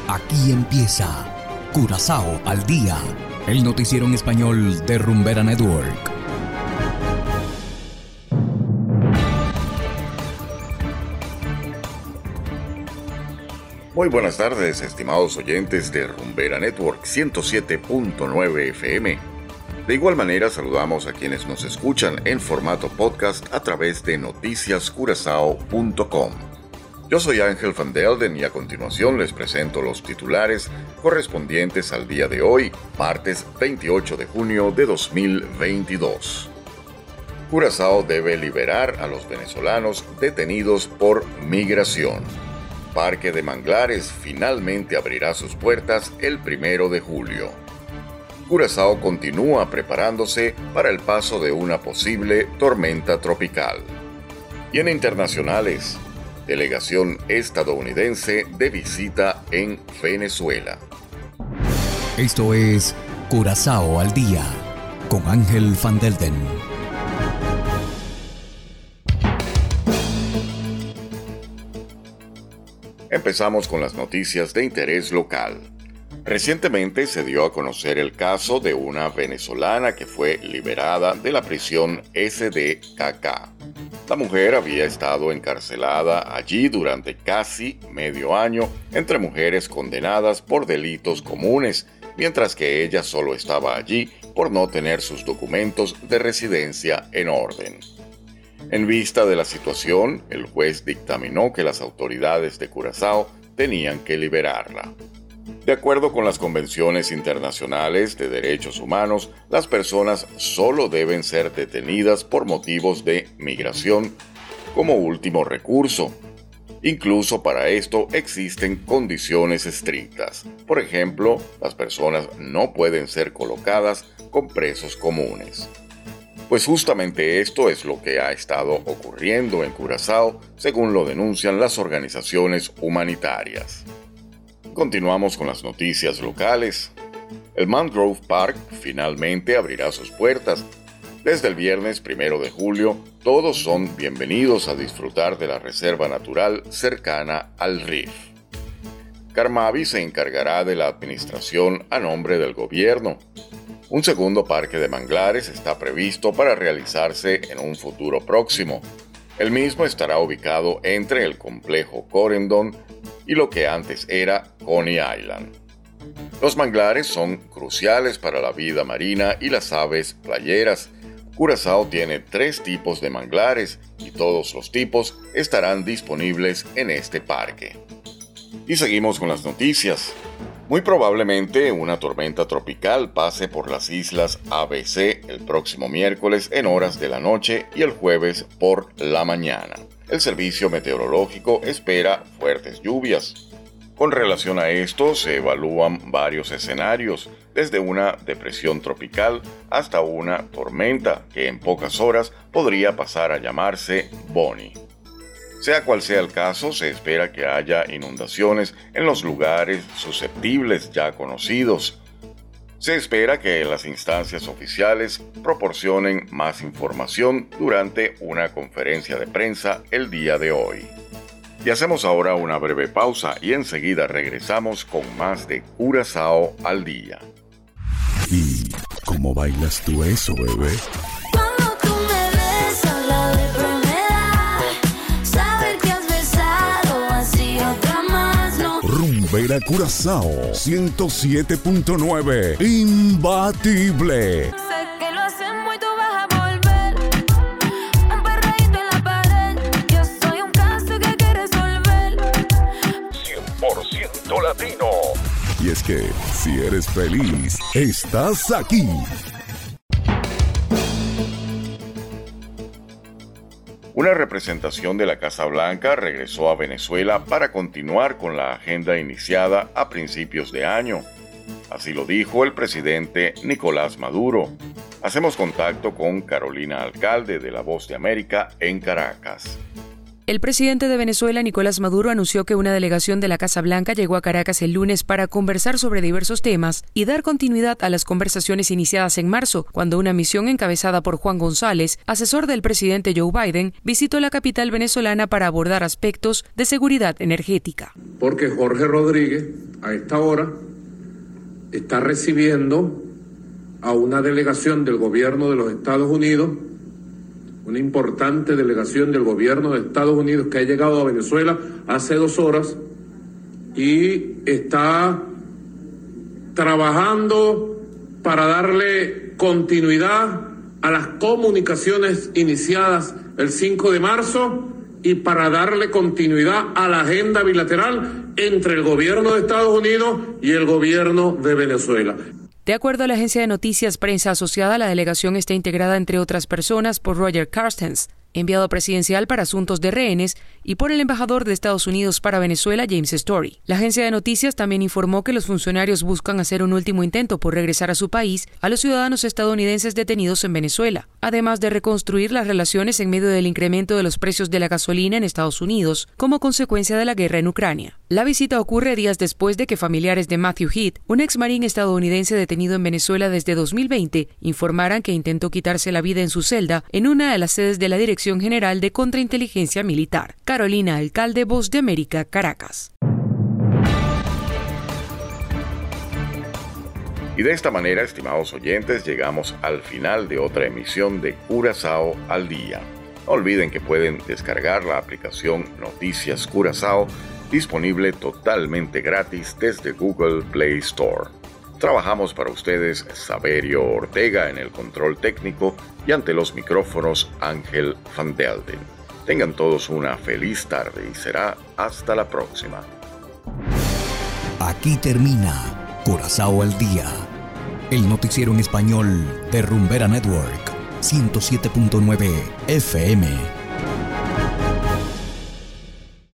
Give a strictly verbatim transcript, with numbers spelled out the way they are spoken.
Aquí empieza Curazao al día, el noticiero en español de Rumbera Network. Muy buenas tardes, estimados oyentes de Rumbera Network ciento siete punto nueve F M. De igual manera, saludamos a quienes nos escuchan en formato podcast a través de noticias curazao punto com. Yo soy Ángel Van Delden y a continuación les presento los titulares correspondientes al día de hoy, martes veintiocho de junio de dos mil veintidós. Curazao debe liberar a los venezolanos detenidos por migración. Parque de Manglares finalmente abrirá sus puertas el primero de julio. Curazao continúa preparándose para el paso de una posible tormenta tropical. Y en internacionales, delegación estadounidense de visita en Venezuela. Esto es Curazao al día con Ángel Van Delden. Empezamos con las noticias de interés local. Recientemente se dio a conocer el caso de una venezolana que fue liberada de la prisión S D K K. La mujer había estado encarcelada allí durante casi medio año entre mujeres condenadas por delitos comunes, mientras que ella solo estaba allí por no tener sus documentos de residencia en orden. En vista de la situación, el juez dictaminó que las autoridades de Curazao tenían que liberarla. De acuerdo con las convenciones internacionales de derechos humanos, las personas solo deben ser detenidas por motivos de migración como último recurso. Incluso para esto existen condiciones estrictas. Por ejemplo, las personas no pueden ser colocadas con presos comunes. Pues justamente esto es lo que ha estado ocurriendo en Curazao, según lo denuncian las organizaciones humanitarias. Continuamos con las noticias locales. El Mangrove Park finalmente abrirá sus puertas. Desde el viernes primero de julio, todos son bienvenidos a disfrutar de la reserva natural cercana al Rif. Carmavi se encargará de la administración a nombre del gobierno. Un segundo parque de manglares está previsto para realizarse en un futuro próximo. El mismo estará ubicado entre el complejo Corendon y lo que antes era Coney Island. Los manglares son cruciales para la vida marina y las aves playeras. Curazao tiene tres tipos de manglares y todos los tipos estarán disponibles en este parque. Y seguimos con las noticias. Muy probablemente una tormenta tropical pase por las islas A B C el próximo miércoles en horas de la noche y el jueves por la mañana. El servicio meteorológico espera fuertes lluvias. Con relación a esto, se evalúan varios escenarios, desde una depresión tropical hasta una tormenta que en pocas horas podría pasar a llamarse Bonnie. Sea cual sea el caso, se espera que haya inundaciones en los lugares susceptibles ya conocidos. Se espera que las instancias oficiales proporcionen más información durante una conferencia de prensa el día de hoy. Y hacemos ahora una breve pausa y enseguida regresamos con más de Curazao al día. ¿Y cómo bailas tú eso, bebé? Rumbera Curazao ciento siete punto nueve, imbatible. Sé que lo hacemos y tú vas a volver. Un perreíto en la pared. Yo soy un caso que hay que resolver. cien por ciento latino. Y es que si eres feliz, estás aquí. Una representación de la Casa Blanca regresó a Venezuela para continuar con la agenda iniciada a principios de año. Así lo dijo el presidente Nicolás Maduro. Hacemos contacto con Carolina Alcalde de La Voz de América en Caracas. El presidente de Venezuela, Nicolás Maduro, anunció que una delegación de la Casa Blanca llegó a Caracas el lunes para conversar sobre diversos temas y dar continuidad a las conversaciones iniciadas en marzo, cuando una misión encabezada por Juan González, asesor del presidente Joe Biden, visitó la capital venezolana para abordar aspectos de seguridad energética. Porque Jorge Rodríguez a esta hora está recibiendo a una delegación del gobierno de los Estados Unidos, una importante delegación del gobierno de Estados Unidos que ha llegado a Venezuela hace dos horas y está trabajando para darle continuidad a las comunicaciones iniciadas el cinco de marzo y para darle continuidad a la agenda bilateral entre el gobierno de Estados Unidos y el gobierno de Venezuela. De acuerdo a la agencia de noticias Prensa Asociada, la delegación está integrada, entre otras personas, por Roger Carstens, enviado presidencial para asuntos de rehenes, y por el embajador de Estados Unidos para Venezuela, James Story. La agencia de noticias también informó que los funcionarios buscan hacer un último intento por regresar a su país a los ciudadanos estadounidenses detenidos en Venezuela, además de reconstruir las relaciones en medio del incremento de los precios de la gasolina en Estados Unidos como consecuencia de la guerra en Ucrania. La visita ocurre días después de que familiares de Matthew Heath, un ex marín estadounidense detenido en Venezuela desde dos mil veinte, informaran que intentó quitarse la vida en su celda en una de las sedes de la Dirección General de Contrainteligencia Militar. Carolina Alcalde, Voz de América, Caracas. Y de esta manera, estimados oyentes, llegamos al final de otra emisión de Curazao al Día. No olviden que pueden descargar la aplicación Noticias Curazao, disponible totalmente gratis desde Google Play Store. Trabajamos para ustedes Saverio Ortega en el control técnico y ante los micrófonos Ángel Van Delden. Tengan todos una feliz tarde y será hasta la próxima. Aquí termina Curazao al Día, el noticiero en español de Rumbera Network, ciento siete punto nueve F M.